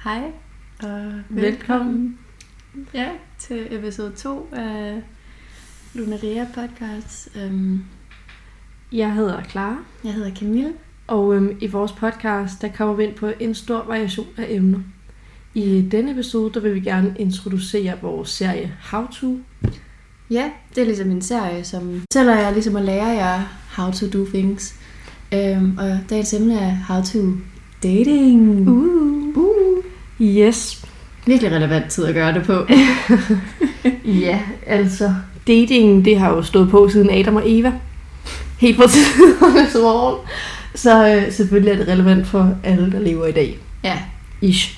Hej og velkommen til episode 2 af Lunaria podcast. Jeg hedder Clara. Jeg hedder Camille. Og i vores podcast, der kommer vi ind på en stor variation af emner. I denne episode, der vil vi gerne introducere vores serie How To. Ja, det er ligesom en serie, som fortæller jer ligesom at lære jer how to do things. Og dagens emne er how to dating. Yes. Virkelig relevant tid at gøre det på. Ja, altså dating, det har jo stået på siden Adam og Eva. Helt fra tidernes morgen. Så selvfølgelig er det relevant for alle, der lever i dag. Ja. Ish.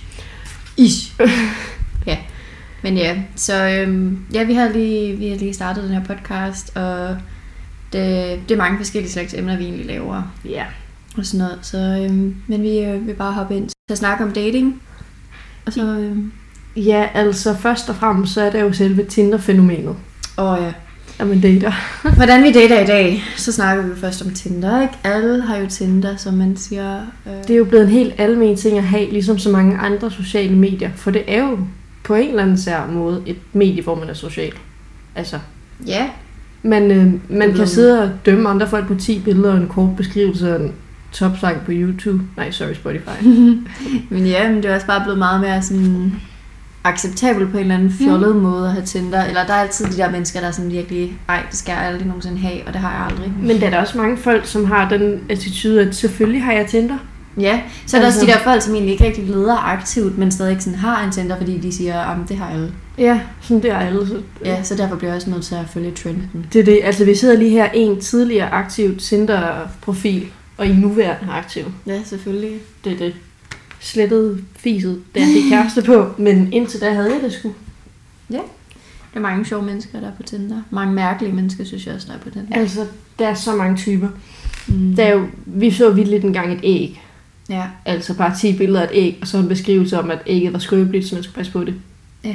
Ja. Men ja, så vi har lige startet den her podcast, og det er mange forskellige slags emner, vi egentlig laver. Ja. Og sådan noget. Så, men vi vil bare hoppe ind til at snakke om dating. Og så, Ja, altså først og fremmest, så er det jo selve Tinder-fænomenet. ja. At man dater. Hvordan vi dater i dag, så snakker vi først om Tinder, ikke? Alle har jo Tinder, som man siger. Det er jo blevet en helt almen ting at have, ligesom så mange andre sociale medier. For det er jo på en eller anden sær måde et medie, hvor man er social. Altså. Ja. Man kan sidde og dømme andre folk på 10 billeder og en kort beskrivelse af en topsang på YouTube. Nej, sorry, Spotify. Men det er også bare blevet meget mere sådan acceptabelt på en eller anden fjollet måde at have Tinder. Eller der er altid de der mennesker, der er sådan virkelig, det skal jeg aldrig nogensinde have, og det har jeg aldrig. Men der er der også mange folk, som har den attitude, at selvfølgelig har jeg Tinder. Ja, så er der også de der folk, som egentlig ikke rigtig leder aktivt, men stadig sådan har en Tinder, fordi de siger, det har alle. Ja, sådan det er alle. Ja, så derfor bliver jeg også nødt til at følge trenden. Det er det. Altså vi sidder lige her en tidligere aktiv Tinder-profil, og i nuværende aktiv. Ja, selvfølgelig. Det er det. Slettet fiset, da jeg fik kæreste på, men indtil da havde jeg det sgu. Ja, der er mange sjove mennesker, der er på Tinder. Mange mærkelige mennesker, synes jeg også, der er på Tinder. Altså, der er så mange typer. Der er jo, vi så vildt engang et æg. Ja. Altså bare 10 billeder af et æg, og så en beskrivelse om, at ægget var skrøbeligt, så man skulle passe på det. Ja.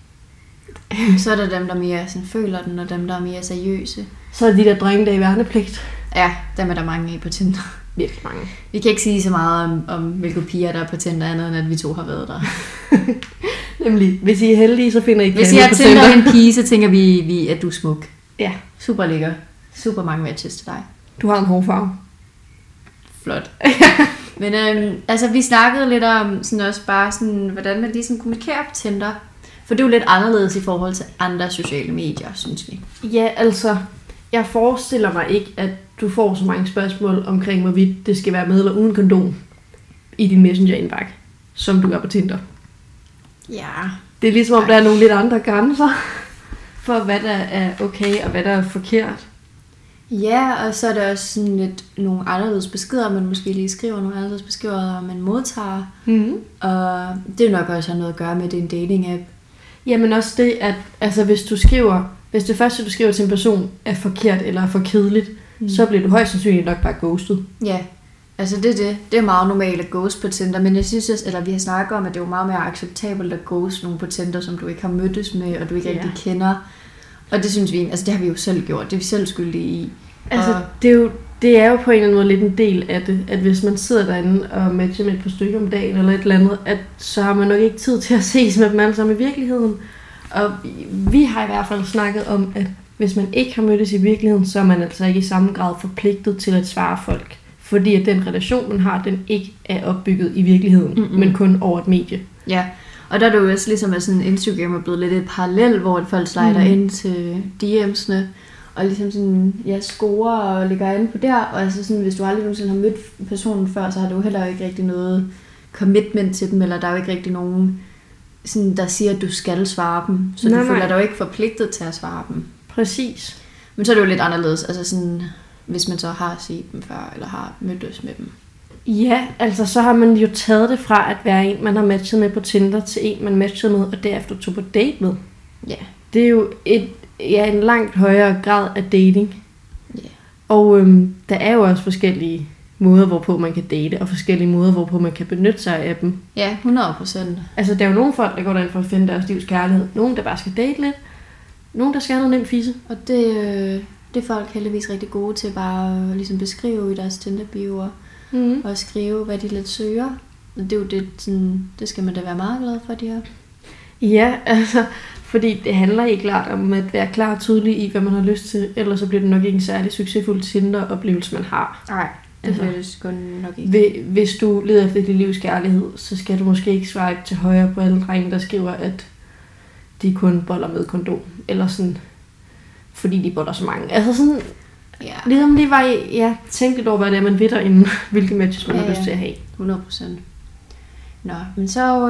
Så er der dem, der mere sådan, føler den, og dem, der er mere seriøse. Så er de der drenge, der er i værnepligt. Ja, dem er der mange af på Tinder. Virkelig mange. Vi kan ikke sige så meget om hvilke piger, der er på Tinder, andet end at vi to har været der. Nemlig, hvis I er heldige, så finder I ikke Hvis I har Tinder en pige, så tænker vi, at du er smuk. Ja. Super lækker. Super mange matches til dig. Du har en hårfarve. Flot. Men vi snakkede lidt om sådan også bare sådan, hvordan man lige sådan kommunikerer på Tinder. For det er jo lidt anderledes i forhold til andre sociale medier, synes vi. Ja, altså, jeg forestiller mig ikke, at du får så mange spørgsmål omkring, hvorvidt det skal være med eller uden kondom i din messenger-indbakke, som du gør på Tinder. Ja. Det er ligesom om, der er nogle lidt andre grænser for, hvad der er okay og hvad der er forkert. Ja, og så er der også sådan lidt nogle anderledes beskeder, man måske lige skriver, nogle anderledes beskeder, man modtager. Mm-hmm. Og det er nok også har noget at gøre med, det er en dating-app. Jamen også det, at altså, hvis det første, du skriver til en person, er forkert eller er for kedeligt, så bliver du højst sandsynligt nok bare ghostet. Ja, altså det er meget normalt at ghost på Tinder, men jeg synes også, eller vi har snakket om, at det er jo meget mere acceptabelt at ghost nogen på Tinder, som du ikke har mødtes med, og du ikke rigtig kender. Og det synes vi, altså det har vi jo selv gjort, det er vi selv skyldige i. Altså det er jo på en eller anden måde lidt en del af det, at hvis man sidder derinde og matcher med et par stykker om dagen eller et eller andet, at så har man nok ikke tid til at ses med dem alle sammen i virkeligheden. Og vi har i hvert fald snakket om, at hvis man ikke har mødtes i virkeligheden, så er man altså ikke i samme grad forpligtet til at svare folk. Fordi at den relation, man har, den ikke er opbygget i virkeligheden, men kun over et medie. Ja, og der er det jo også ligesom, at sådan Instagram er blevet lidt et parallel, hvor folk slider ind til DM's'ne, og ligesom sådan, scorer og lægger an på der, og altså sådan, hvis du aldrig nogensinde har mødt personen før, så har du heller ikke rigtig noget commitment til dem, eller der er jo ikke rigtig nogen, sådan, der siger, at du skal svare dem, så du føler dig jo ikke forpligtet til at svare dem. Præcis. Men så er det jo lidt anderledes, altså sådan, hvis man så har set dem før, eller har mødtes med dem. Ja, altså så har man jo taget det fra at være en, man har matchet med på Tinder, til en, man matchede med, og derefter tog på date med. Ja. Det er jo en langt højere grad af dating. Ja. Og der er jo også forskellige måder, hvorpå man kan date, og forskellige måder, hvorpå man kan benytte sig af dem. Ja, 100%. Altså, der er jo nogle folk, der går derind for at finde deres livs kærlighed. Nogle, der bare skal date lidt. Nogle, der skal have noget nemt fisse. Og det er folk heldigvis rigtig gode til bare at ligesom beskrive i deres Tinder-bioer. Og skrive, hvad de lidt søger. Det er jo det, sådan, det skal man da være meget glad for, de her. Ja, altså, fordi det handler ikke klart om at være klar og tydelig i, hvad man har lyst til, ellers så bliver det nok ikke en særlig succesfuld Tinder-oplevelse, man har. Nej, det Altså, bliver det sgu nok ikke. Hvis du leder efter dit livs kærlighed, så skal du måske ikke swipe til højre på alle drenge, der skriver, at de kun boller med kondom. Eller sådan, fordi de boller så mange. Altså sådan, Ja, ligesom lige var tænk lidt over, hvad det er, man ved derinde, hvilke matches man har lyst til at have. 100%. Nå, men så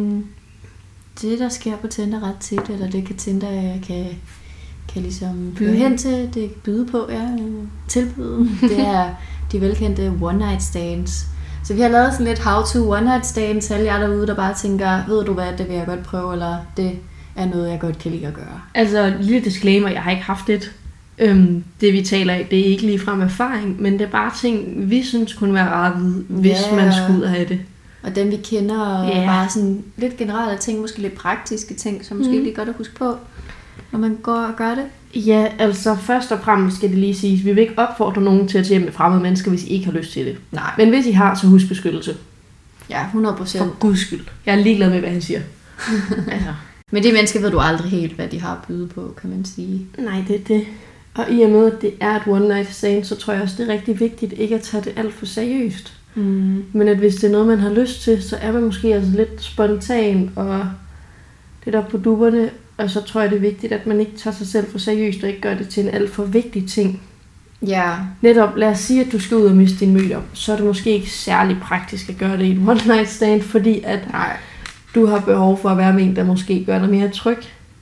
det, der sker på Tinder ret tit, eller det kan Tinder kan ligesom byde hen til, det byde på, tilbyde, det er de velkendte one night stands. Så vi har lavet sådan lidt how-to one night stands, alle jer derude, der bare tænker, ved du hvad, det vil jeg godt prøve, eller det er noget, jeg godt kan lide at gøre. Altså, lille disclaimer, jeg har ikke haft det. Det vi taler af, det er ikke ligefrem erfaring, men det er bare ting, vi synes kunne være rart at vide, hvis man skulle ud og have det. Og dem vi kender, og bare sådan lidt generelle ting, måske lidt praktiske ting, som måske lige godt at huske på, når man går og gør det. Ja, altså først og fremmest skal det lige siges, vi vil ikke opfordre nogen til at tage hjem med fremmede mennesker, hvis I ikke har lyst til det. Nej. Men hvis I har, så husk beskyttelse. Ja, 100%. For guds skyld. Jeg er ligeglad med, hvad han siger. Altså. Men de mennesker ved du aldrig helt, hvad de har at byde på, kan man sige. Nej, det er det. Og i og med, at det er et one night stand, så tror jeg også, det er rigtig vigtigt ikke at tage det alt for seriøst. Men at hvis det er noget, man har lyst til, så er man måske altså lidt spontan og lidt op på dupperne. Og så tror jeg, det er vigtigt, at man ikke tager sig selv for seriøst og ikke gør det til en alt for vigtig ting. Ja. Netop, lad os sige, at du skal ud og miste din møder. Så er det måske ikke særlig praktisk at gøre det i et one night stand, fordi at du har behov for at være med en, der måske gør dig mere tryg.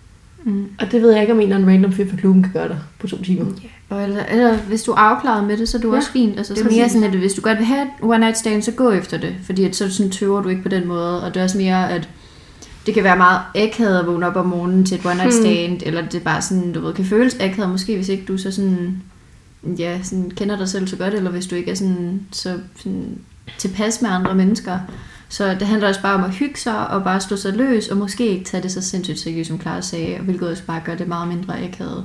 Og det ved jeg ikke, om en eller anden random fyr fra klubben kan gøre dig på 2 timer. Eller hvis du er afklaret med det, så er du også fint. Altså, det er mere sådan, at hvis du godt vil have et one night stand, så gå efter det. Fordi at så sådan tøver du ikke på den måde. Og det er også mere, at det kan være meget akavet at vågne op om morgenen til et one night stand. Eller det er bare sådan, du ved, kan føles akavet. Måske hvis ikke du så sådan, sådan kender dig selv så godt. Eller hvis du ikke er sådan tilpas med andre mennesker. Så det handler også bare om at hygge sig og bare stå sig løs, og måske ikke tage det så sindssygt seriøst, som Clara sagde, hvilket også bare gør det meget mindre akavet.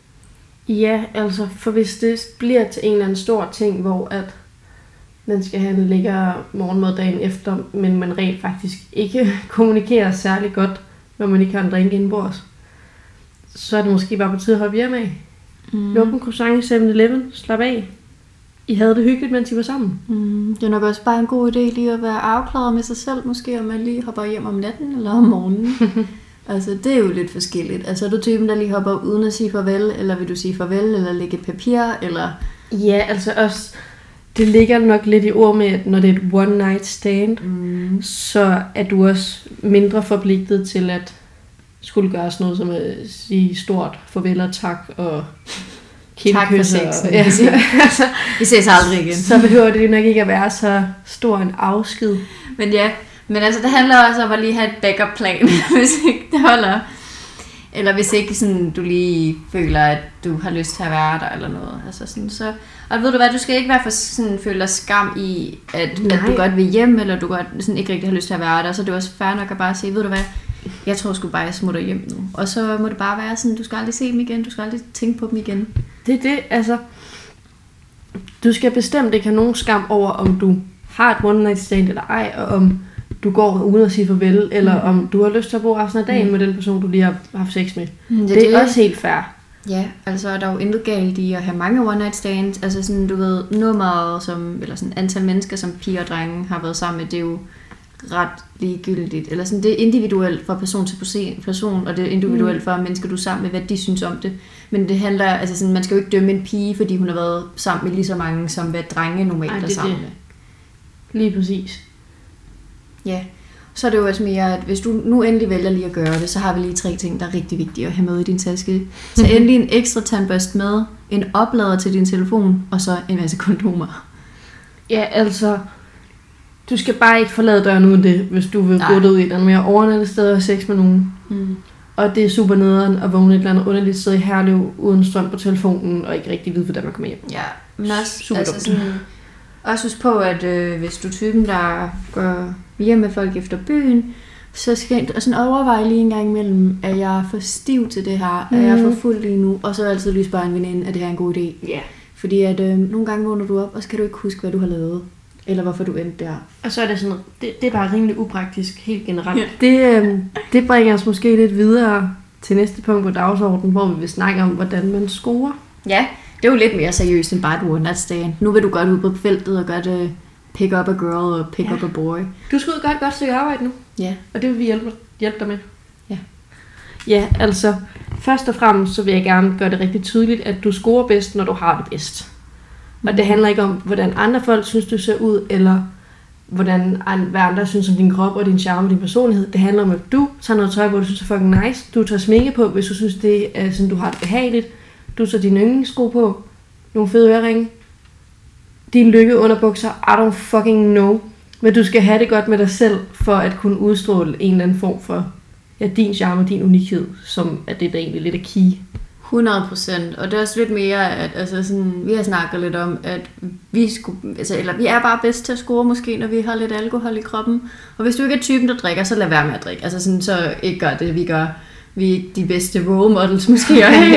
Ja, altså, for hvis det bliver til en eller anden stor ting, hvor at man skal have en lækker morgenmad dagen efter, men man rent faktisk ikke kommunikerer særlig godt, når man ikke har en drink indenbords, så er det måske bare på tide at hoppe hjem af. Lukke en croissant i 7-Eleven, slap af. I havde det hyggeligt, mens I var sammen. Det er nok også bare en god idé lige at være afklaret med sig selv, måske om man lige hopper hjem om natten eller om morgenen. Altså, det er jo lidt forskelligt. Altså, er du typen, der lige hopper uden at sige farvel, eller vil du sige farvel, eller lægge et papir, eller... Ja, altså også, det ligger nok lidt i ord med, at når det er et one night stand, så er du også mindre forpligtet til at skulle gøre sådan noget som at sige stort farvel og tak, og tak for sexen. Vi ses aldrig igen. Så behøver det nok ikke at være så stor en afsked. Men altså, det handler også om at lige have et backup plan, hvis ikke det holder. Eller hvis ikke sådan, du lige føler, at du har lyst til at være der eller noget. Altså sådan, så, og ved du hvad, du skal ikke være for sådan, føle dig skam i, at du godt vil hjem, eller du godt sådan, ikke rigtig har lyst til at være der. Så det er også fair nok at bare sige, ved du hvad, jeg tror sgu bare, jeg smutter hjem nu. Og så må det bare være sådan, du skal aldrig se dem igen, du skal aldrig tænke på dem igen. Det er det, altså. Du skal bestemt ikke have nogen skam over, om du har et one night stand eller ej, og om du går uden at sige farvel, eller om du har lyst til at bo resten af dagen med den person, du lige har haft sex med. Det er også helt fair. Ja, altså der er jo intet galt i at have mange one night stands. Altså sådan, du ved, nummeret, eller sådan antal mennesker, som piger og drenge har været sammen med, det er jo ret ligegyldigt. Eller sådan, det er individuelt fra person til person, og det er individuelt for mennesker, du er sammen med, hvad de synes om det. Men det handler, altså sådan, man skal jo ikke dømme en pige, fordi hun har været sammen med lige så mange, som hvad drenge normalt er sammen med. Lige præcis. Ja, så er det jo også mere, at hvis du nu endelig vælger lige at gøre det, så har vi lige 3 ting, der er rigtig vigtige at have med i din taske. Tag endelig en ekstra tandbørste med, en oplader til din telefon, og så en masse kondomer. Ja, altså, du skal bare ikke forlade døren uden det, hvis du vil gå ud i et mere overnattet sted og have sex med nogen. Og det er super nederen at vågne et eller andet underligt sted i Herlev uden strøm på telefonen, og ikke rigtig vide, hvordan man kommer hjem. Ja, men også, super altså sådan, også husk på, at hvis du er typen, der går hjem med folk efter byen, så skal jeg sådan overveje lige en gang imellem, at jeg er for stiv til det her, at jeg er for fuld lige nu, og så altid lige spørge en veninde, at det her er en god idé. Ja. Fordi at nogle gange vågner du op, og så kan du ikke huske, hvad du har lavet. eller hvorfor du endte der. Og så er det sådan, det er bare rimelig upraktisk, helt generelt. Ja. Det bringer os måske lidt videre til næste punkt på dagsordenen, hvor vi vil snakke om, hvordan man scorer. Ja, det er jo lidt mere seriøst end bare et one night stand. Nu vil du godt ud på feltet og gøre det pick up a girl og pick up a boy. Du skal ud og gøre et godt stykke arbejde nu. Ja. Og det vil vi hjælpe dig med. Ja. Ja, altså, først og fremmest så vil jeg gerne gøre det rigtig tydeligt, at du scorer bedst, når du har det bedst. Og det handler ikke om, hvordan andre folk synes, du ser ud, eller hvordan andre synes om din krop og din charme og din personlighed. Det handler om, at du tager noget tøj på, du synes er fucking nice. Du tager sminke på, hvis du synes, det er sådan, du har det behageligt. Du tager dine yndlingssko på, nogle fede øreringe, dine lykke underbukser, I don't fucking know. Men du skal have det godt med dig selv, for at kunne udstråle en eller anden form for din charme og din unikhed, som er det, der egentlig lidt er key. 100%, og det er også lidt mere, at altså sådan, vi har snakket lidt om, at vi er bare bedst til at score måske, når vi har lidt alkohol i kroppen. Og hvis du ikke er typen, der drikker, så lad være med at drikke. Altså sådan, så ikke gør det, vi gør. Vi er ikke de bedste role models måske.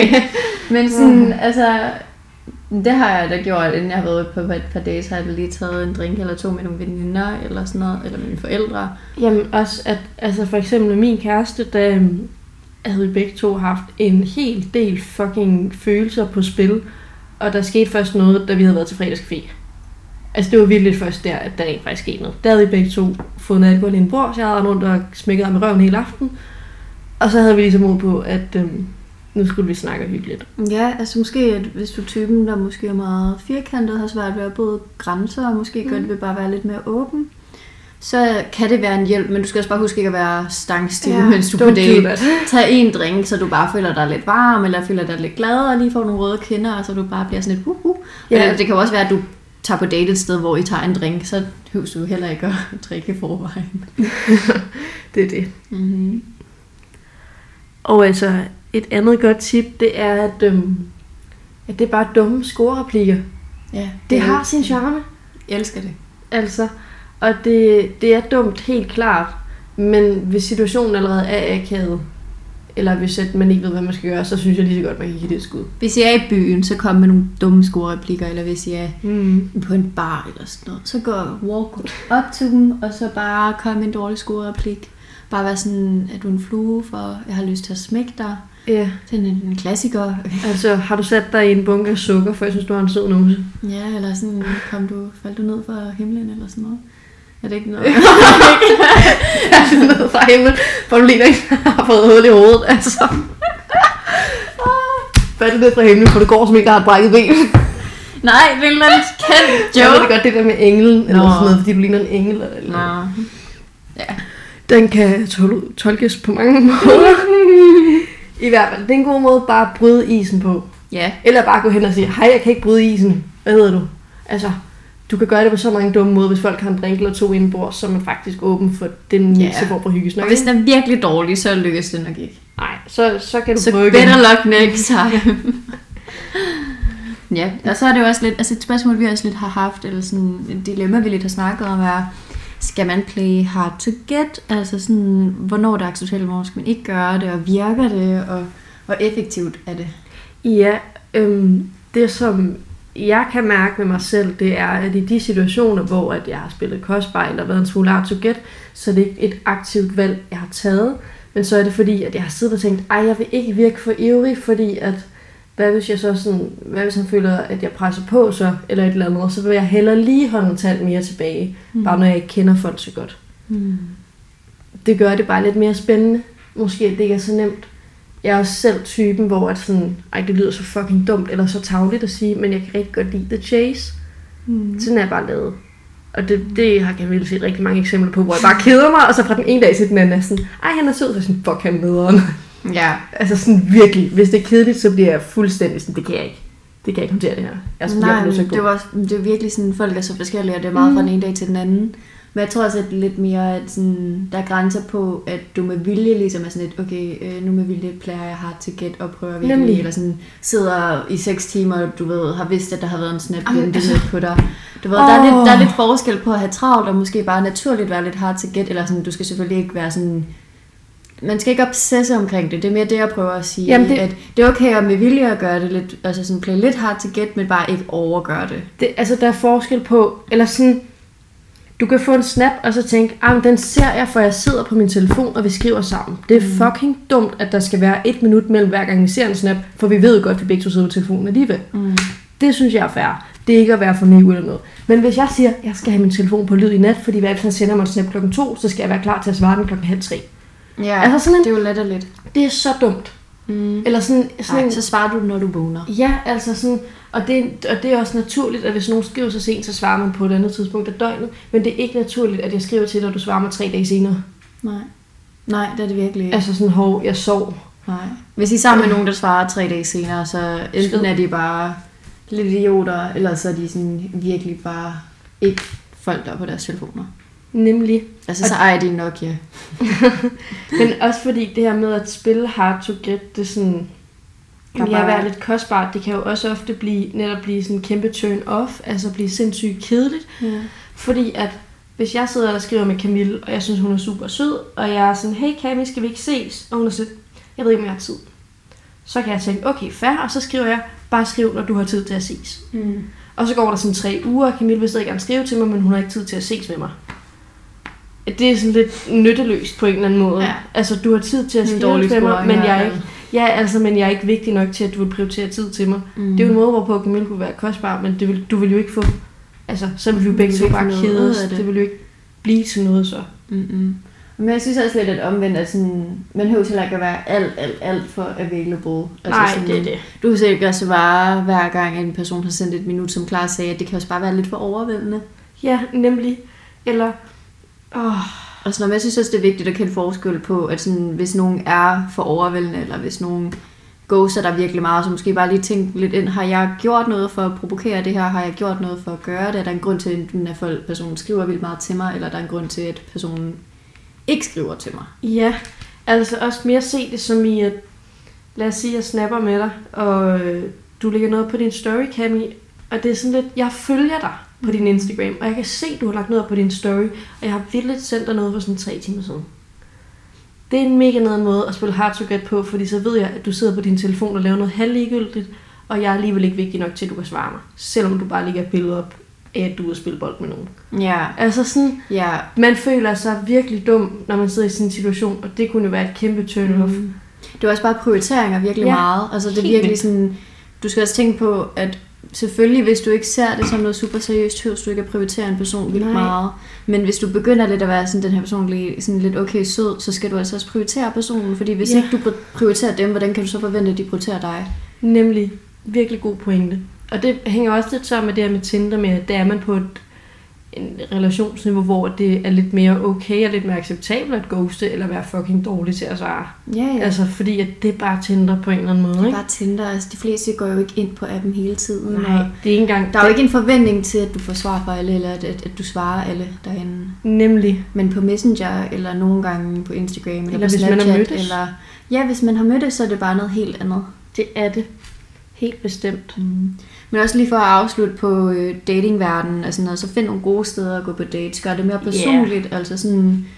Men sådan, altså, det har jeg da gjort, inden jeg har været på et par days, har jeg lige taget en drink eller to med nogle veninder, eller sådan noget, eller mine forældre. Jamen også, at altså for eksempel min kæreste, da havde vi begge to haft en hel del fucking følelser på spil, og der skete først noget, da vi havde været til fredagscafé. Altså det var virkelig først der, at der rent faktisk skete noget. Der havde vi begge to fået noget alkohol i en bord, så jeg havde rundt og smækket med røven hele aften. Og så havde vi ligesom mod på, at nu skulle vi snakke hyggeligt. Ja, altså måske, at hvis du er typen, der måske er meget firkantet, har svært ved at bryde grænser, og måske gør det ved bare at være lidt mere åben, så kan det være en hjælp, men du skal også bare huske ikke at være stangstil, mens du på det. Tag en drink, så du bare føler dig lidt varm, eller føler dig lidt glad, og lige får nogle røde kinder, og så du bare bliver sådan lidt Ja. Det kan også være, at du tager på date et sted, hvor I tager en drink, så høres du heller ikke at drikke i forvejen. Det er det. Mm-hmm. Og altså, et andet godt tip, det er, at det er bare dumme scorereplikker. Ja, det har sin charme. Jeg elsker det. Altså, og det er dumt, helt klart. Men hvis situationen allerede er akavet, eller hvis man ikke ved, hvad man skal gøre, så synes jeg lige så godt, man kan give det et skud. Hvis I er i byen, så kom med nogle dumme scorereplikker, eller hvis I er på en bar eller sådan noget, så walk op til dem, og så bare kom med en dårlig scorereplik. Bare være sådan, er du en flue, for jeg har lyst til at smække dig. Ja. Det er en klassiker. Altså, har du sat dig i en bunke af sukker, for jeg synes, du har en sød numse? Ja, eller sådan, faldt du ned fra himlen, eller sådan noget. Er det ikke noget? Faldt du ned fra himlen, for du ligner ikke har fået hul i hovedet, altså. Faldt du ned fra himlen, for du går som en, der har et brækket ben. Nej, det er en eller anden kendt joke. Jeg ved det godt, det der med englen, eller sådan noget, fordi du ligner en engel. Eller ja. Den kan tolkes på mange måder. I hvert fald, det er en god måde bare at bryde isen på. Ja. Eller bare gå hen og sige, hej, jeg kan ikke bryde isen. Hvad hedder du? Altså, du kan gøre det på så mange dumme måder, hvis folk har en drink eller to indenbord, så er man faktisk åben for den næste form for hyggesnak. Og hvis den er virkelig dårlig, så lykkes det nok ikke. Nej, så kan du så prøve igen. Så better luck next time. Ja, og så er det jo også lidt, altså et spørgsmål, vi også lidt har haft, eller sådan et dilemma, vi lidt har snakket om, er, skal man play hard to get? Altså sådan, hvornår det er acceptabelt, hvornår skal man ikke gøre det, og virker det, og hvor effektivt er det? Ja, det som jeg kan mærke med mig selv, det er, at i de situationer, hvor at jeg har spillet kostbar eller været en smule hard to get, så er det ikke et aktivt valg, jeg har taget, men så er det fordi, at jeg har siddet og tænkt, jeg vil ikke virke for ivrig, fordi at hvad hvis han føler, at jeg presser på så, eller et eller andet, og så vil jeg hellere lige holde en tand mere tilbage, bare når jeg ikke kender folk så godt. Det gør det bare lidt mere spændende. Måske at det ikke er så nemt. Jeg er også selv typen, hvor at sådan, det lyder så fucking dumt, eller så tarveligt at sige, men jeg kan rigtig godt lide the chase. Sådan er jeg bare lavet. Og det har jeg vel set rigtig mange eksempler på, hvor jeg bare keder mig, og så fra den ene dag til den anden er sådan, han er sød, så sådan, fuck han nederen. Ja. Altså sådan virkelig, hvis det er kedeligt, så bliver jeg fuldstændig sådan, det kan jeg ikke. Det kan jeg ikke håndtere det her. Det er virkelig sådan, folk er så forskellige, og det er meget fra den ene dag til den anden. Men jeg tror også, at det er lidt mere, at sådan, der er grænser på, at du med vilje ligesom er sådan et, okay, nu med vilje plejer jeg hard to get og prøver virkelig, nemlig. Eller sådan sidder i 6 timer, og du ved, har vidst, at der har været en snap på dig. Du ved, der er lidt forskel på at have travlt, og måske bare naturligt være lidt hard to get, eller sådan, du skal selvfølgelig ikke være sådan, man skal ikke obsesse omkring det. Det er mere det, jeg prøver at sige. Jamen at det er okay at med vilje at gøre det lidt, altså sådan play lidt hard to get, men bare ikke overgøre det. Altså der er forskel på, eller sådan, Du kan få en snap, og så tænke, den ser jeg, for jeg sidder på min telefon, og vi skriver sammen. Det er fucking dumt, at der skal være 1 minut mellem hver gang vi ser en snap, for vi ved godt, at vi begge to sidder på telefonen alligevel. Det synes jeg er fair. Det er ikke at være for naiv eller noget. Men hvis jeg siger, at jeg skal have min telefon på lyd i nat, fordi hvis han sender mig en snap 2:00, så skal jeg være klar til at svare den 2:30. Ja, altså sådan det er jo latterligt. Det er så dumt. Eller sådan så svarer du, når du vågner. Ja, altså sådan, og det er også naturligt, at hvis nogen skriver så sent, så svarer man på et andet tidspunkt af døgnet. Men det er ikke naturligt, at jeg skriver til dig, og du svarer mig 3 dage senere. Nej, det er det virkelig ikke. Altså sådan, jeg sov. Nej. Hvis I er sammen med nogen, der svarer 3 dage senere, så enten er de bare lidt idioter, eller så er de sådan virkelig bare ikke folk, der er på deres telefoner. Nemlig. Altså, så ejer de nok, ja. Men også fordi det her med at spille hard to get, det er sådan, kan bare være lidt kostbart. Det kan jo også ofte netop blive sådan en kæmpe turn off, altså blive sindssygt kedeligt. Fordi at hvis jeg sidder og skriver med Camille, og jeg synes, hun er super sød, og jeg er sådan, hey Camille, skal vi ikke ses? Og hun er sådan, jeg ved ikke, om jeg har tid. Så kan jeg tænke, okay, fair, og så skriver jeg, bare skriv, når du har tid til at ses. Og så går der sådan 3 uger, og Camille vil stadig gerne skrive til mig, men hun har ikke tid til at ses med mig. Det er sådan lidt nytteløst på en eller anden måde. Ja. Altså, du har tid til at skrive med mig, men jeg er ikke... Ja, men jeg er ikke vigtig nok til, at du vil prioritere tid til mig. Det er jo en måde, hvorpå Camille kunne være kostbar, men du vil jo ikke få... Altså, så vil vi jo begge to bare kede. Det vil jo ikke blive til noget, så. Men jeg synes også lidt, at omvendt, at sådan, man hører heller ikke at være alt for available. Altså nej, sådan, det er det. Du kan sikkert også bare, hver gang en person har sendt et minut, som Clara sagde, at det kan også bare være lidt for overvældende. Ja, nemlig. Eller... Og sådan, jeg synes også, det er vigtigt at kende forskel på, at sådan, hvis nogen er for overvældende, eller hvis nogen ghoster der virkelig meget, så måske bare lige tænke lidt ind, har jeg gjort noget for at provokere det her? Har jeg gjort noget for at gøre det? Er der en grund til, at personen skriver vildt meget til mig, eller er der en grund til, at personen ikke skriver til mig? Ja, altså også mere se det som i, at lad os sige, at jeg snapper med dig, og du lægger noget på din story, Camille, og det er sådan lidt, jeg følger dig på din Instagram, og jeg kan se, at du har lagt noget på din story, og jeg har vildt sendt dig noget for sådan 3 timer siden. Det er en mega nederen måde at spille hard to get på, fordi så ved jeg, at du sidder på din telefon og laver noget halvligegyldigt, og jeg er alligevel ikke vigtig nok til, at du kan svare mig, selvom du bare lægger et billede op af, at du er ude at spille bold med nogen. Ja. Altså sådan, man føler sig virkelig dum, når man sidder i sådan en situation, og det kunne jo være et kæmpe turn-off. Det er også bare prioriteringer virkelig meget. Altså det er virkelig sådan, du skal også tænke på, at selvfølgelig, hvis du ikke ser det som noget super seriøst, hører du ikke at prioritere en person vildt meget. Men hvis du begynder lidt at være sådan, den her person sådan lidt okay sød, så skal du altså også prioritere personen. Fordi hvis ikke du prioriterer dem, hvordan kan du så forvente, at de prioriterer dig? Nemlig. Virkelig god pointe. Og det hænger også lidt sammen med det her med Tinder, med at der er man på en relationsniveau, hvor det er lidt mere okay og lidt mere acceptabelt at ghoste, eller være fucking dårlig til at svare. Ja. Altså, fordi at det er bare Tinder på en eller anden måde, ikke? Det er bare Tinder. Altså, de fleste går jo ikke ind på appen hele tiden. Nej, det er ikke engang... Der er jo ikke en forventning til, at du får svar fra alle, eller at du svarer alle derinde. Nemlig. Men på Messenger, eller nogle gange på Instagram, eller på Snapchat, hvis man har mødtes. Eller... Ja, hvis man har mødtes, så er det bare noget helt andet. Det er det. Helt bestemt. Men også lige for at afslutte på datingverdenen, altså så find nogle gode steder at gå på dates. Gør det mere personligt. Altså sådan,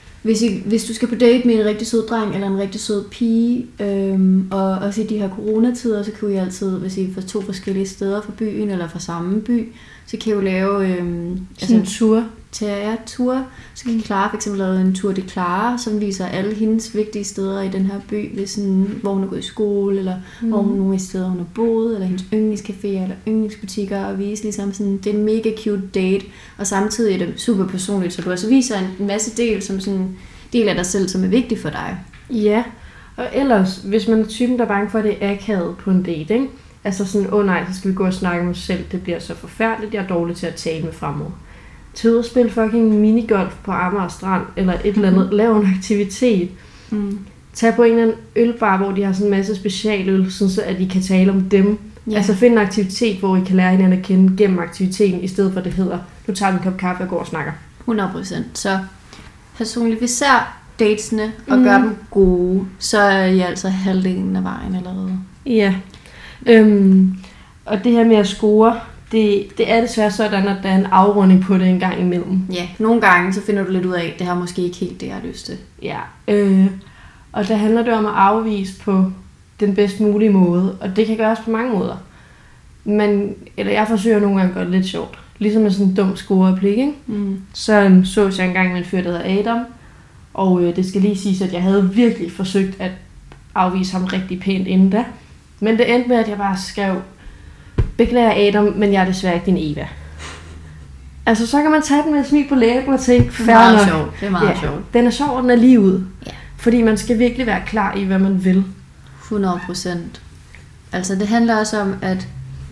hvis du skal på date med en rigtig sød dreng eller en rigtig sød pige, og også i de her coronatider, så kan I altid, hvis I er fra 2 forskellige steder fra byen eller fra samme by, så kan I jo lave en tur. Tur. Så kan Clara for eksempel lave en tur til Clara, som viser alle hendes vigtige steder i den her by, hvis sådan, hvor hun er gået i skole, eller hvor hun nogle steder hun har boet, eller hendes yndlingscaféer, eller yndlingsbutikker, og vise ligesom sådan, det er en mega cute date, og samtidig er det super personligt, så du altså viser en masse del, som sådan del af dig selv, som er vigtig for dig. Ja, og ellers, hvis man er typen, der er bange for, at det er akavet på en date, ikke? Altså sådan, nej, så skal vi gå og snakke med os selv, det bliver så forfærdeligt, jeg er dårlig til at tale med fremmede. Til ud og spille fucking minigolf på Amager Strand, eller et eller andet, lav en aktivitet. Tag på en eller anden ølbar, hvor de har sådan en masse specialøl, så at I kan tale om dem. Yeah. Altså find en aktivitet, hvor I kan lære hinanden at kende gennem aktiviteten, i stedet for det hedder, nu tager vi en kop kaffe og går og snakker. 100%. Så personificer datesene og gør dem gode, så er I altså halvdelen af vejen allerede. Ja. Og det her med at score, det er desværre sådan, at der er en afrunding på det en gang imellem. Ja, nogle gange så finder du lidt ud af, at det her måske ikke helt det, jeg har lyst til. Ja, og der handler det om at afvise på den bedst mulige måde, og det kan gøres på mange måder. Jeg forsøger nogle gange at gøre det lidt sjovt. ligesom en sådan dum scoreplik, ikke? Så jeg engang med en fyr, der hedder Adam, og det skal lige siges, at jeg havde virkelig forsøgt at afvise ham rigtig pænt inden da. Men det endte med, at jeg bare skrev, beklager Adam, men jeg er desværre ikke din Eva. Altså, så kan man tage den med et smil på læben og tænke, det er meget sjovt. Det er meget sjovt. Den er sjov, og den er lige ud. Ja. Fordi man skal virkelig være klar i, hvad man vil. 100%. Altså, det handler også om, at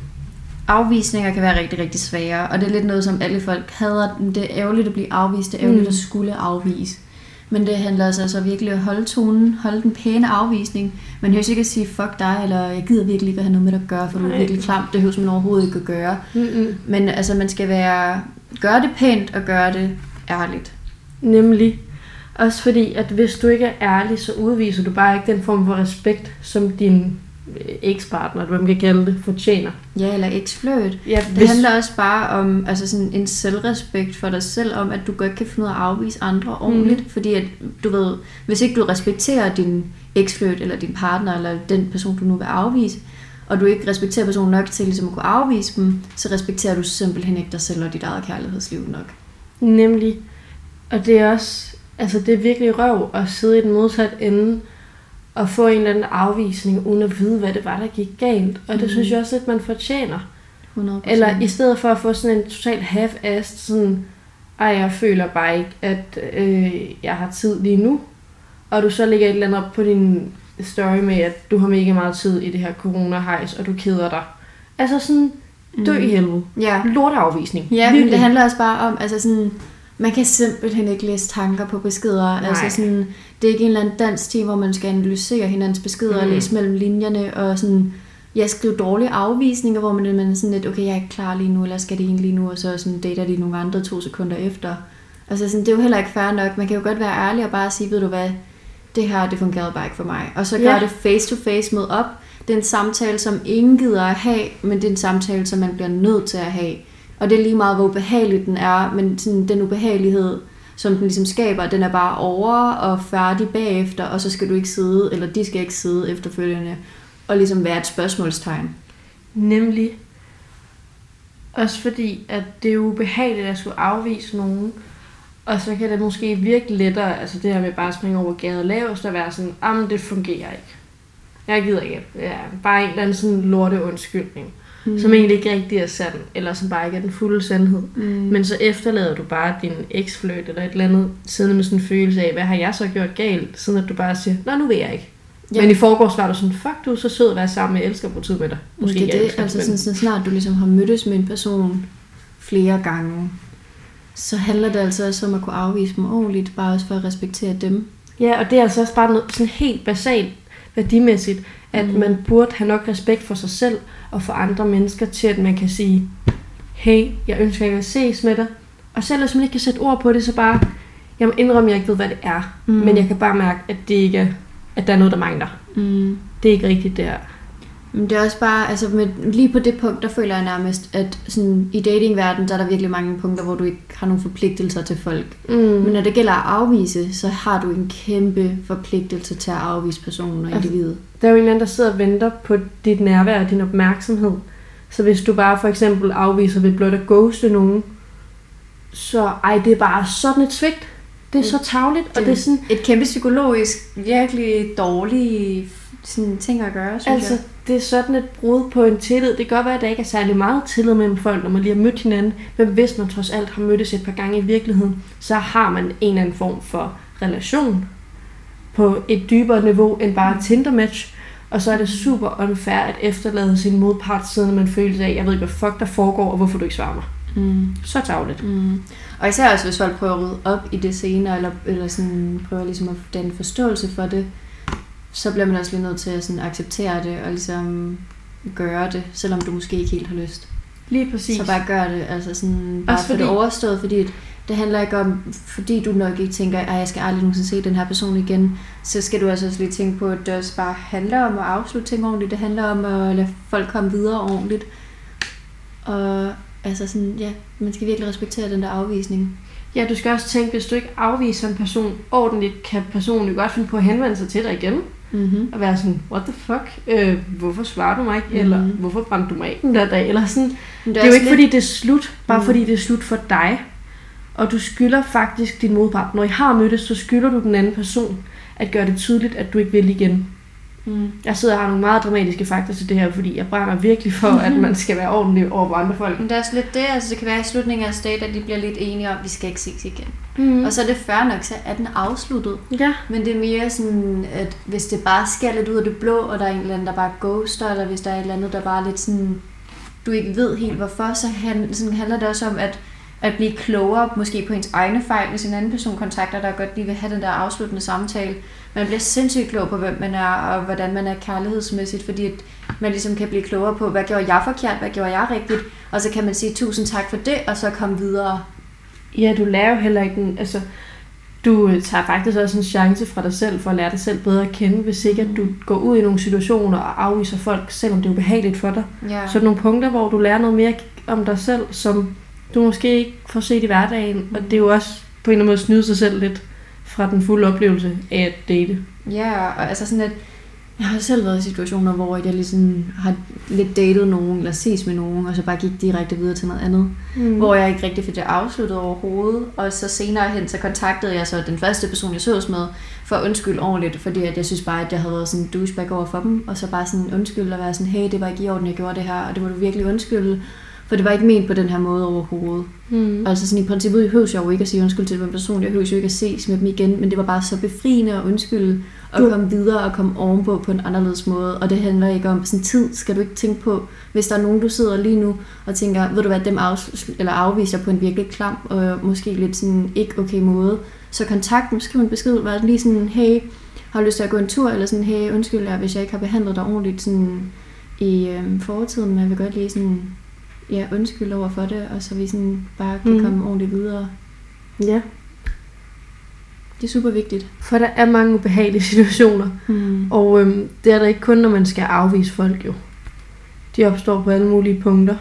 afvisninger kan være rigtig, rigtig svære, og det er lidt noget, som alle folk hader. Det er ærgerligt at blive afvist, det er ærgerligt at skulle afvise. Men det handler altså virkelig at holde tonen, holde den pæne afvisning. Man hører ikke at sige, fuck dig, eller jeg gider virkelig ikke at have noget med dig at gøre, for du er virkelig klam. Det hører man overhovedet ikke at gøre. Men altså, man skal gøre det pænt og gøre det ærligt. Nemlig. Også fordi, at hvis du ikke er ærlig, så udviser du bare ikke den form for respekt, som din ekspartner, hvad man kan kalde det, fortjener. Ja, eller eksfløjt. Ja, det handler også bare om altså sådan en selvrespekt for dig selv, om at du godt kan finde ud af at afvise andre ordentligt, fordi at, du ved, hvis ikke du respekterer din eksfløjt, eller din partner, eller den person, du nu vil afvise, og du ikke respekterer personen nok til ligesom at kunne afvise dem, så respekterer du simpelthen ikke dig selv og dit eget kærlighedsliv nok. Nemlig. Og det er også, altså det er virkelig røv at sidde i den modsatte ende, og få en eller anden afvisning, uden at vide, hvad det var, der gik galt. Og det synes jeg også, at man fortjener. 100%. Eller i stedet for at få sådan en total half-assed, sådan, jeg føler bare ikke, at jeg har tid lige nu. Og du så lægger et eller andet op på din story med, at du har mega meget tid i det her corona-hejs, og du keder dig. Altså sådan, dø i helvede. Ja. Lorteafvisning. Ja, men det handler også bare om, altså sådan, man kan simpelthen ikke læse tanker på beskeder. Nej. Altså sådan, det er ikke en eller anden dansk team, hvor man skal analysere hinandens beskeder og læse mellem linjerne og sådan, skrive dårlige afvisninger, hvor man er sådan lidt, okay, jeg er ikke klar lige nu, eller skal det egentlig lige nu, og så sådan dater de nogle andre 2 sekunder efter. Altså sådan, det er jo heller ikke fair nok. Man kan jo godt være ærlig og bare sige, ved du hvad, det her, det fungerede bare ikke for mig. Og så gør det face to face, mød op. Det er en samtale, som ingen gider at have, men det er en samtale, som man bliver nødt til at have. Og det er lige meget, hvor ubehageligt den er, men sådan, den ubehagelighed, som den ligesom skaber, den er bare over og færdig bagefter, og så skal du ikke sidde, eller de skal ikke sidde efterfølgende, og ligesom være et spørgsmålstegn. Nemlig. Også fordi, at det er ubehageligt at skulle afvise nogen, og så kan det måske virke lettere, altså det her med bare at springe over gaden lavest, og være sådan, det fungerer ikke. Jeg gider ikke. Ja, bare en eller anden sådan lorte undskyldning. Som egentlig ikke rigtig er sand, eller som bare ikke er den fulde sandhed. Men så efterlader du bare din eksfløjt eller et eller andet, siddende med sådan en følelse af, hvad har jeg så gjort galt, siden at du bare siger, nu vil jeg ikke. Ja. Men i forgårs var du sådan, fuck, du er så sød at være sammen med, jeg elsker på tid med dig. Måske det er det, altså sådan, så snart du ligesom har mødtes med en person flere gange, så handler det altså også om at kunne afvise dem ordentligt, bare også for at respektere dem. Ja, og det er altså også bare noget sådan helt basalt værdimæssigt, at man burde have nok respekt for sig selv og for andre mennesker til, at man kan sige, hey, jeg ønsker ikke at ses med dig. Og selv hvis man ikke kan sætte ord på det, så bare, jeg må indrømme, at jeg ikke ved, hvad det er. Men jeg kan bare mærke, at det ikke er, at der er noget, der mangler. Det er ikke rigtigt der. Men det er også bare, altså lige på det punkt, der føler jeg nærmest, at sådan, i datingverdenen, der er der virkelig mange punkter, hvor du ikke har nogen forpligtelser til folk. Men når det gælder at afvise, så har du en kæmpe forpligtelse til at afvise personen og individet. Der er jo en anden, der sidder og venter på dit nærvær og din opmærksomhed. Så hvis du bare for eksempel afviser ved blot at ghoste nogen, så det er bare sådan et svigt. Det er så tarveligt, og det er sådan et kæmpe psykologisk, virkelig dårlig sådan ting at gøre, synes altså, det er sådan et brud på en tillid. Det kan godt være, at der ikke er særlig meget tillid mellem folk, når man lige har mødt hinanden. Men hvis man trods alt har mødtes et par gange i virkeligheden, så har man en eller anden form for relation på et dybere niveau end bare et Tinder-match. Og så er det super unfair at efterlade sin modpart siden man føler af, jeg ved ikke, hvad fuck der foregår, og hvorfor du ikke svarer mig. Så tarveligt. Og især også, hvis folk prøver at rydde op i det senere, eller sådan prøver ligesom at danne forståelse for det, så bliver man også lige nødt til at sådan acceptere det, og ligesom gøre det, selvom du måske ikke helt har lyst. Lige præcis. Så bare gør det, altså sådan, bare for det overstået, fordi det handler ikke om, fordi du nok ikke tænker, at jeg skal aldrig nogensinde se den her person igen, så skal du altså også lige tænke på, at det også bare handler om at afslutte ting ordentligt, det handler om at lade folk komme videre ordentligt, og altså sådan, man skal virkelig respektere den der afvisning. Ja, du skal også tænke, hvis du ikke afviser en person ordentligt, kan personen jo godt finde på at henvende sig til dig igen. Og være sådan, what the fuck? Hvorfor svarer du mig ikke? Eller hvorfor brændte du mig af den der dag? Eller sådan, Det er jo ikke fordi det er slut, bare fordi det er slut for dig. Og du skylder faktisk din modpart. Når I har mødtes, så skylder du den anden person at gøre det tydeligt, at du ikke vil igen. Jeg sidder og har nogle meget dramatiske fakta til det her, fordi jeg brænder virkelig for, at man skal være ordentlig over for andre folk. Men det er også lidt det, altså det kan være i slutningen af stat, at de bliver lidt enige om, at vi skal ikke ses igen. Og så er det fair nok, så er den afsluttet. Ja. Men det er mere sådan, at hvis det bare sker lidt ud af det blå, og der er en eller anden, der bare ghoster, eller hvis der er et eller andet, der bare er lidt sådan, du ikke ved helt hvorfor, så handler det også om, at blive klogere, måske på ens egne fejl, hvis en anden person kontakter dig og godt lige vil have den der afsluttende samtale. Man bliver sindssygt klog på, hvem man er, og hvordan man er kærlighedsmæssigt, fordi at man ligesom kan blive klogere på, hvad gjorde jeg forkert, hvad gjorde jeg rigtigt, og så kan man sige tusind tak for det, og så komme videre. Ja, du lærer jo heller ikke du tager faktisk også en chance fra dig selv, for at lære dig selv bedre at kende, hvis ikke at du går ud i nogle situationer og afviser folk, selvom det er ubehageligt for dig. Ja. Så nogle punkter, hvor du lærer noget mere om dig selv, som du måske ikke får set i hverdagen, og det er jo også på en eller anden måde snyde sig selv lidt fra den fulde oplevelse af at date. Ja, og altså sådan at jeg har selv været i situationer, hvor jeg ligesom har lidt datet nogen, eller ses med nogen, og så bare gik direkte videre til noget andet. Hvor jeg ikke rigtig fik det afsluttet overhovedet, og så senere hen, så kontaktede jeg så den første person, jeg sås med, for at undskylde ordentligt, fordi at jeg synes bare, at jeg havde været sådan en douchebag over for dem, og så bare sådan undskylde og være sådan, hey, det var ikke i orden, jeg gjorde det her, og det må du virkelig undskylde. For det var ikke ment på den her måde overhovedet. Altså sådan i princippet behøver jeg jo ikke at sige undskyld til den person. Jeg behøver jo ikke at ses med dem igen. Men det var bare så befriende at undskylde. Og komme videre og komme ovenpå på en anderledes måde. Og det handler ikke om sådan tid. Skal du ikke tænke på, hvis der er nogen, du sidder lige nu og tænker, ved du hvad, dem afviser på en virkelig klam og måske lidt sådan ikke okay måde. Så kontakt dem, skriv en besked. Vær lige sådan, hey, har du lyst til at gå en tur? Eller sådan, hey, undskyld jer, hvis jeg ikke har behandlet dig ordentligt sådan i fortiden. Men jeg vil godt lige sådan... Ja, undskyld over for det, og så vi sådan bare kan komme ordentligt videre. Ja. Det er super vigtigt. For der er mange ubehagelige situationer, og det er der ikke kun, når man skal afvise folk jo. De opstår på alle mulige punkter.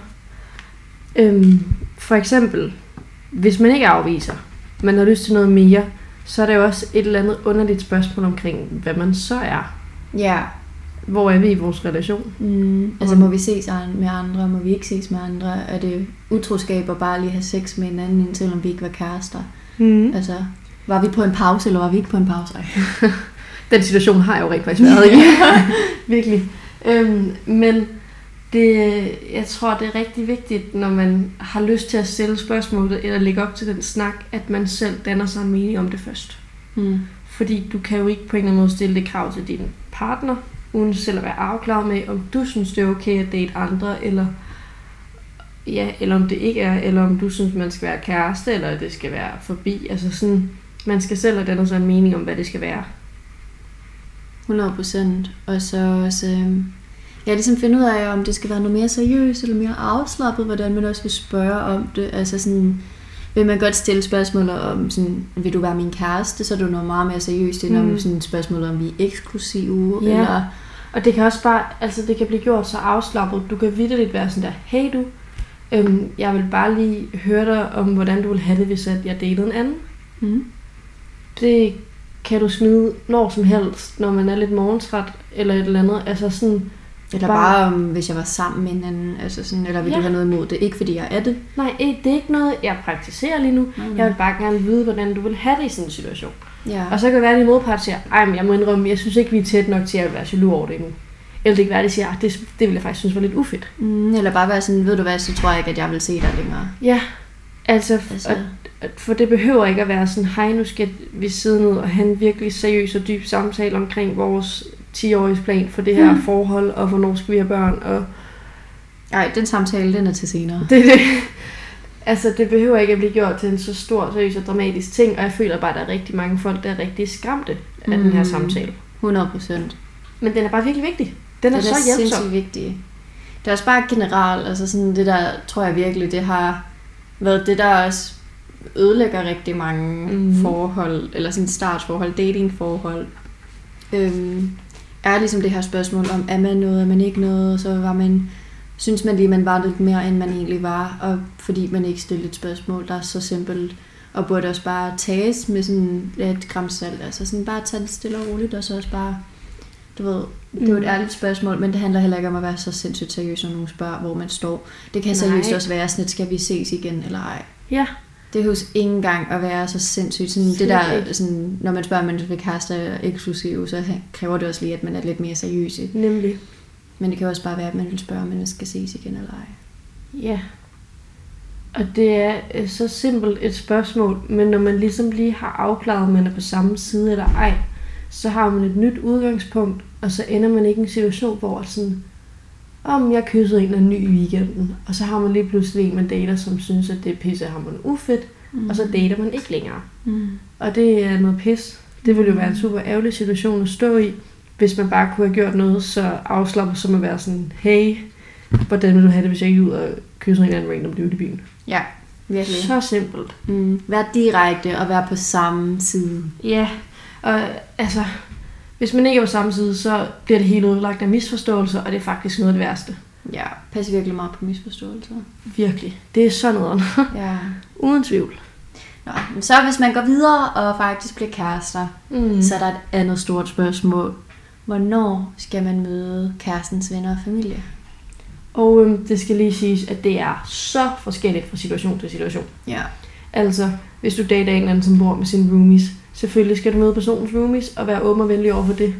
For eksempel, hvis man ikke afviser, man har lyst til noget mere, så er der jo også et eller andet underligt spørgsmål omkring, hvad man så er. Ja. Hvor er vi i vores relation? Altså må vi ses med andre, må vi ikke ses med andre? Er det utroskab at bare lige have sex med en anden, selvom vi ikke var kærester? Altså, var vi på en pause, eller var vi ikke på en pause? Den situation har jeg jo rent faktisk været i. Virkelig. Men jeg tror, det er rigtig vigtigt, når man har lyst til at stille spørgsmålet, eller lægge op til den snak, at man selv danner sig en mening om det først. Fordi du kan jo ikke på en eller anden måde stille det krav til din partner, uden selv at være afklaret med, om du synes, det er okay at date andre, eller om det ikke er, eller om du synes, man skal være kæreste, eller det skal være forbi. Altså sådan, man skal selv have dannet sig en mening om, hvad det skal være. 100%. Og så også, ligesom finde ud af, om det skal være noget mere seriøst, eller mere afslappet, hvordan man også vil spørge om det. Altså sådan, vil man godt stille spørgsmål om, sådan, vil du være min kæreste, så er det noget meget mere seriøst, end om sådan et spørgsmål om, vi er eksklusive. Ja. Eller... Og det kan også bare, altså det kan blive gjort så afslappet. Du kan vitterligt være sådan der, hey du, jeg vil bare lige høre dig om, hvordan du vil have det, hvis jeg datede en anden. Det kan du smide når som helst, når man er lidt morgentræt, eller et eller andet. Altså sådan... Eller bare hvis jeg var sammen med en anden, altså sådan, eller vil du have noget imod det? Ikke fordi jeg er det. Nej, det er ikke noget, jeg praktiserer lige nu. Jeg vil bare gerne vide, hvordan du vil have det i sådan en situation. Ja. Og så kan det være, at din modpart siger, men jeg må indrømme, jeg synes ikke, vi er tæt nok til at være jaloux over det endnu. Eller det kan være, at de siger, det vil jeg faktisk synes var lidt ufedt. Eller bare være sådan, ved du hvad, så tror jeg ikke, at jeg vil se dig længere. Ja, altså. For det behøver ikke at være sådan, hej, nu skal vi sidde ned og have en virkelig seriøs og dyb samtale omkring vores 10-årige plan for det her forhold, og hvornår skal vi have børn. Og... Ej, den samtale, den er til senere. Det. Altså, det behøver ikke at blive gjort til en så stor, seriøs og dramatisk ting, og jeg føler bare, at der er rigtig mange folk, der er rigtig skræmte af den her samtale. 100%. Men den er bare virkelig vigtig. Den er så hjælpsom. Sindssygt vigtig. Det er også bare generelt, altså sådan det der, tror jeg virkelig, det har været det, der også ødelægger rigtig mange forhold, eller sådan startforhold, datingforhold, er ligesom det her spørgsmål om, er man noget, er man ikke noget, og så var man, synes man lige, man var lidt mere, end man egentlig var, og fordi man ikke stillede et spørgsmål, der er så simpelt, og burde også bare tages med sådan et gram salt, altså sådan bare tage det stille og roligt, og så også bare du ved, det er jo et ærligt spørgsmål, men det handler heller ikke om at være så sindssygt seriøs, når nogen spørger, hvor man står. Det kan seriøst også være sådan, at skal vi ses igen, eller ej? Ja. Det behøves ikke engang at være så sindssygt. Sådan, det der, sådan, når man spørger, om man vil kæreste eksklusiv, så kræver det også lige, at man er lidt mere seriøs. Nemlig. Men det kan også bare være, at man vil spørge, om man skal ses igen, eller ej. Ja. Og det er så simpelt et spørgsmål, men når man ligesom lige har afklaret, om man er på samme side eller ej, så har man et nyt udgangspunkt, og så ender man ikke i en situation, hvor sådan, jeg kyssede en eller anden ny i weekenden, og så har man lige pludselig en, man dater, som synes, at det er pissehammerende ufedt, og så dater man ikke længere. Og det er noget pis. Det ville jo være en super ærgerlig situation at stå i, hvis man bare kunne have gjort noget så afslappet som at være sådan, hey, hvordan vil du have det, hvis jeg ikke ud og kysser en eller anden random dude i byen? Ja, virkelig. Så simpelt. Vær direkte og vær på samme side. Ja, og altså, hvis man ikke er på samme side, så bliver det helt udlagt af misforståelser, og det er faktisk noget af det værste. Ja, pas virkelig meget på misforståelser. Virkelig. Det er sådan noget. Ja. Uden tvivl. Nå, så hvis man går videre og faktisk bliver kærester, så er der et andet stort spørgsmål. Hvornår skal man møde kærestens venner og familie? Og det skal lige siges, at det er så forskelligt fra situation til situation. Ja. Altså, hvis du dater en eller anden, som bor med sine roomies, selvfølgelig skal du møde personens roomies og være åben og venlig over for det.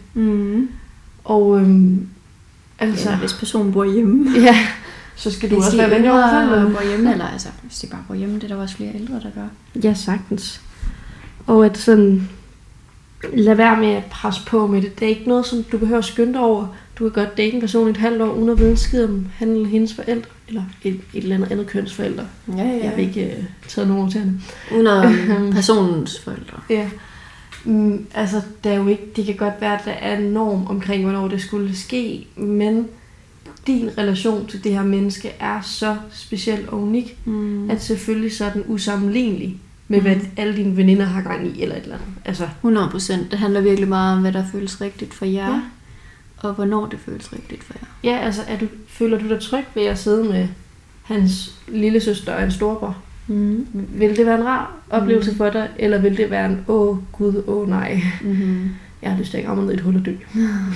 Og altså... Eller hvis personen bor hjemme. Ja, så skal du også være venlig over for dem. Bor hjemme, eller altså, hvis de bare bor hjemme, det er der også flere ældre, der gør. Ja, sagtens. Og at sådan... Lad være med at presse på med det. Det er ikke noget, som du behøver at skynde dig over. Du kan godt date en person i et halvt år, uden at vide en skid om han eller hendes forældre, eller et eller andet køns forældre. Ja. Jeg har ikke taget nogen over til hende. Uden om personens forældre. Ja. Altså, der er jo ikke, det kan godt være, at der er en norm omkring, hvornår det skulle ske, men din relation til det her menneske er så speciel og unik, at selvfølgelig så er den usammenlignelig med, hvad alle dine veninder har gang i, eller et eller andet. Altså. 100%. Det handler virkelig meget om, hvad der føles rigtigt for jer, og hvornår det føles rigtigt for jer. Ja, altså, føler du dig tryg ved at sidde med hans lille søster og en storebror? Vil det være en rar oplevelse for dig, eller vil det være en, gud, nej, jeg har lyst til at ramme ned i et hul og dø?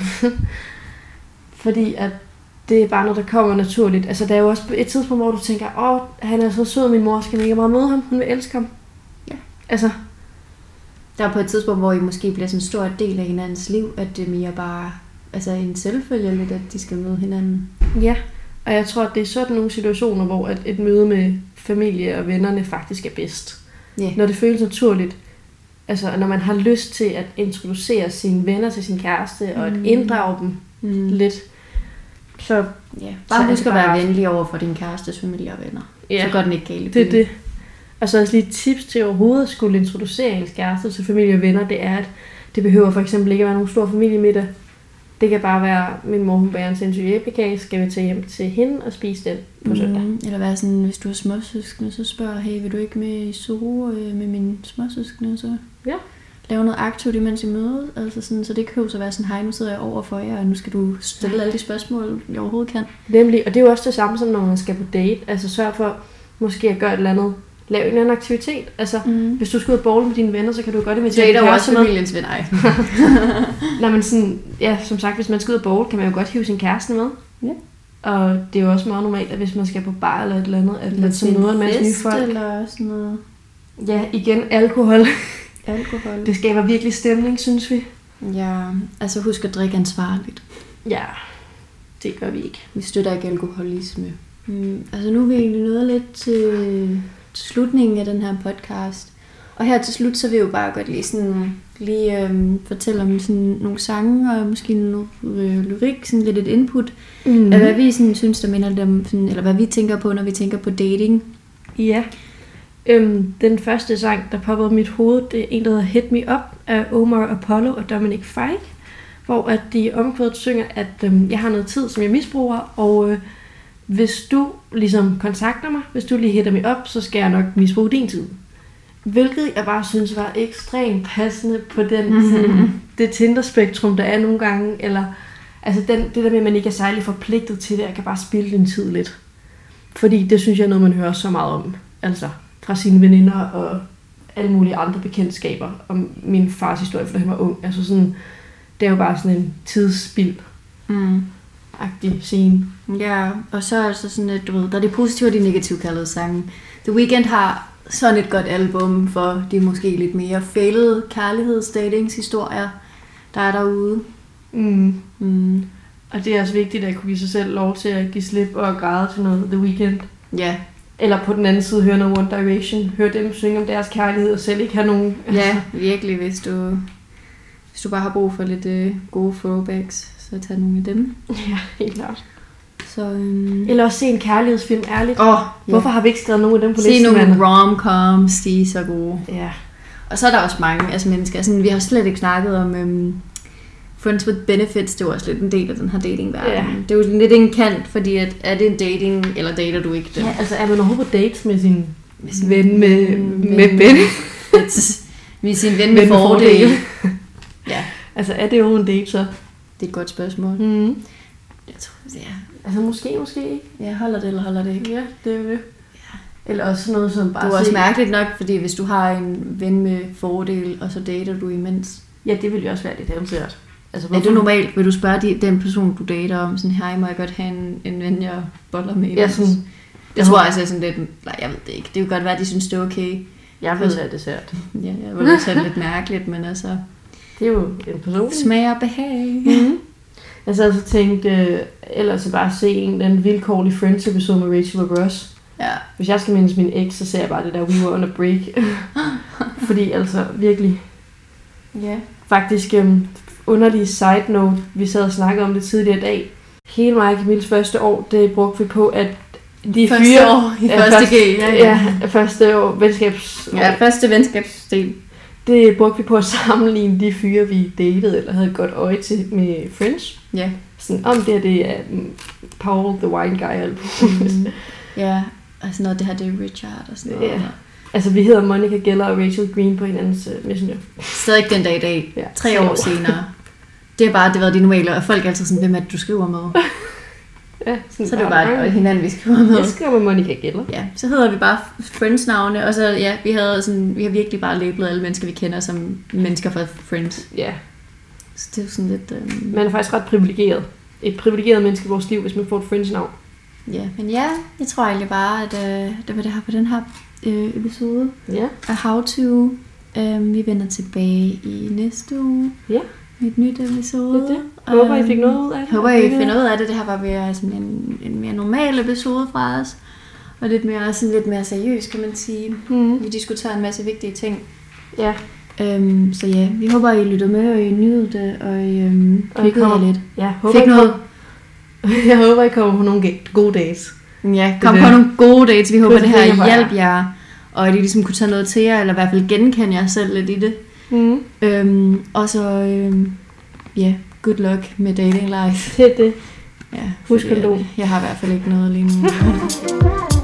Fordi at det er bare noget, der kommer naturligt. Altså, der er jo også et tidspunkt, hvor du tænker, han er så sød, min mor skal ikke bare møde ham, hun vil elske ham. Ja. Altså. Der er på et tidspunkt, hvor I måske bliver sådan en stor del af hinandens liv, at det er mere bare en selvfølge, at de skal møde hinanden. Ja, og jeg tror, at det er sådan nogle situationer, hvor et møde med familie og vennerne faktisk er bedst. Yeah. Når det føles naturligt. Altså, når man har lyst til at introducere sine venner til sin kæreste, og at inddrage dem lidt. Så bare husk at være venlig over for din kærestes familie og venner. Ja. Så går den ikke galt. Det er det. Og så også lige et tips til overhovedet at skulle introducere ens kæreste til familie og venner, det er, at det behøver for eksempel ikke at være nogen stor familiemiddag. Det kan bare være, min mor hun bager en sindssyg æblekage, skal vi tage hjem til hende og spise den på søndag. Eller være sådan, hvis du har småsøskende, så spørger, hey, vil du ikke med i Zoo med mine småsøskende? Så lave noget aktivt, imens I mødes. Altså sådan, så det kan jo så være sådan, hej, nu sidder jeg over for jer, og nu skal du stille alle de spørgsmål, jeg overhovedet kan. Nemlig, og det er jo også det samme som, når man skal på date. Altså sørg for måske at gøre et eller andet. Lav en anden aktivitet. Altså, hvis du skal ud og bowle med dine venner, så kan du godt invitere din kæreste med. Det er jo også familiens venner. Nej, men sådan, ja, som sagt, hvis man skal ud og bowle, kan man jo godt hive sin kæreste med. Ja. Og det er jo også meget normalt, at hvis man skal på bar eller et eller andet, at man så møder en masse nye folk. Eller sådan noget. Ja, igen, alkohol. Alkohol. Det skaber virkelig stemning, synes vi. Ja, altså husk at drikke ansvarligt. Ja, det gør vi ikke. Vi støtter ikke alkoholisme. Altså nu er vi egentlig nået lidt til slutningen af den her podcast. Og her til slut, så vil jeg jo bare godt lige fortælle om sådan nogle sange, og måske noget lyrik, sådan lidt et input, af hvad vi sådan synes, der minder dem, sådan, eller hvad vi tænker på, når vi tænker på dating. Ja. Den første sang, der popper op i mit hoved, det er en, der hedder Hit Me Up af Omar Apollo og Dominic Fike, hvor at de omkvædet synger, at jeg har noget tid, som jeg misbruger, og hvis du ligesom kontakter mig, hvis du lige hitter mig op, så skal jeg nok misbruge din tid. Hvilket jeg bare synes var ekstremt passende på den, sådan, det Tinder-spektrum, der er nogle gange, eller altså det der med, at man ikke er særlig forpligtet til det, jeg kan bare spille din tid lidt. Fordi det synes jeg er noget, man hører så meget om, altså fra sine veninder og alle mulige andre bekendtskaber om min fars historie, for da han var ung. Altså sådan, det er jo bare sådan en tidsspild-agtig scene. Ja, og så er altså sådan, at du ved, der er det positive og de negative kaldede sange. The Weeknd har sådan et godt album for de måske lidt mere failede kærlighedsdatingshistorier, der er derude. Og det er også vigtigt at kunne give sig selv lov til at give slip og græde til noget The Weeknd. Ja. Eller på den anden side høre noget One Direction. Høre dem synge om deres kærlighed og selv ikke have nogen. Ja, virkelig, hvis du bare har brug for lidt gode throwbacks, så tag nogle af dem. Ja, helt klart. Så, Eller også se en kærlighedsfilm, ærligt. Hvorfor har vi ikke skrevet nogen af dem på listen? Se nogle rom-coms, de er så gode. Ja. Og så er der også mange mennesker. Sådan, vi har slet ikke snakket om Friends with Benefits. Det er også lidt en del af den her datingverden. Ja. Det er jo lidt en kant, fordi er det en dating, eller dater du ikke det? Ja, altså er man overhovedet på dates med sin ven med benefits? Med sin ven med fordele. Ja. Altså er det jo en date så? Det er et godt spørgsmål. Jeg tror, ja. Altså måske ikke. Ja, holder det eller holder det ikke? Ja, det er jo det. Ja. Eller også sådan noget som bare... Det er også mærkeligt nok, fordi hvis du har en ven med fordel, og så dater du imens. Ja, det vil jo også være lidt avanceret. Altså, er det normalt? Vil du spørge den person, du dater om, sådan, hej, må jeg godt have en ven, jeg boller med? Ja, sådan... Det tror jeg sådan lidt... Nej, jeg ved det ikke. Det kan godt være, at de synes, det er okay. Jeg ved, at det er sært. Ja, jeg vil også have det lidt mærkeligt, men altså... Det er jo en person. Smager og behag. Jeg sad så tænkte, ellers bare se en eller anden vilkårlig Friends-episode med Rachel og Ross. Ja. Hvis jeg skal mindes min eks, så ser jeg bare det der We Were on a Break. Fordi altså virkelig... Ja. Faktisk underlig side note, vi sad og snakkede om det tidligere i dag. Hele mig og Camilles første år, det brugte vi på, at de første år i første G. Første år venskabs... Ja, første venskabsdel. Det brugte vi på at sammenligne de fyre, vi datede, eller havde et godt øje til med Friends. Ja. Sådan, om det er Paul the Wine Guy. Ja, og sådan noget, det her det er Richard og sådan noget. Ja. Altså, vi hedder Monica Geller og Rachel Green på hinandens messenger. Stadig den dag i dag. Ja. 3 år senere. Det er bare, det været de normale, og folk er altid sådan, hvem er det, du skriver med? Ja, så det er bare hinanden, vi skriver med. Jeg skriver med Monica Geller. Ja, så hedder vi bare Friends-navne, og så ja, vi har virkelig bare labelet alle mennesker, vi kender som mennesker fra Friends. Ja. Så det er jo sådan lidt... Man er faktisk ret privilegeret. Et privilegeret menneske i vores liv, hvis man får et Friends-navn. Ja, men ja, jeg tror egentlig bare, at det var det her på den her episode af How To. Vi vender tilbage i næste uge. Ja. Med et nyt episode. Det. Håber, I fik noget ud af det. Håber, I finder ud af det. Det her var mere sådan en mere normal episode fra os. Og lidt mere seriøs, kan man sige. Vi diskuterer en masse vigtige ting. Ja. Så ja, vi håber, I lytter med, og I nyder det, og I kommer lidt. Ja, fik noget. Jeg håber, I kommer på nogle gode dates. Ja, kom på nogle gode dates. Vi håber, det her hjælper jer. Og at I ligesom kunne tage noget til jer, eller i hvert fald genkende jer selv lidt i det. Og så, good luck med dating life. Det er det. Ja, husk kondom. Jeg har i hvert fald ikke noget lige nu.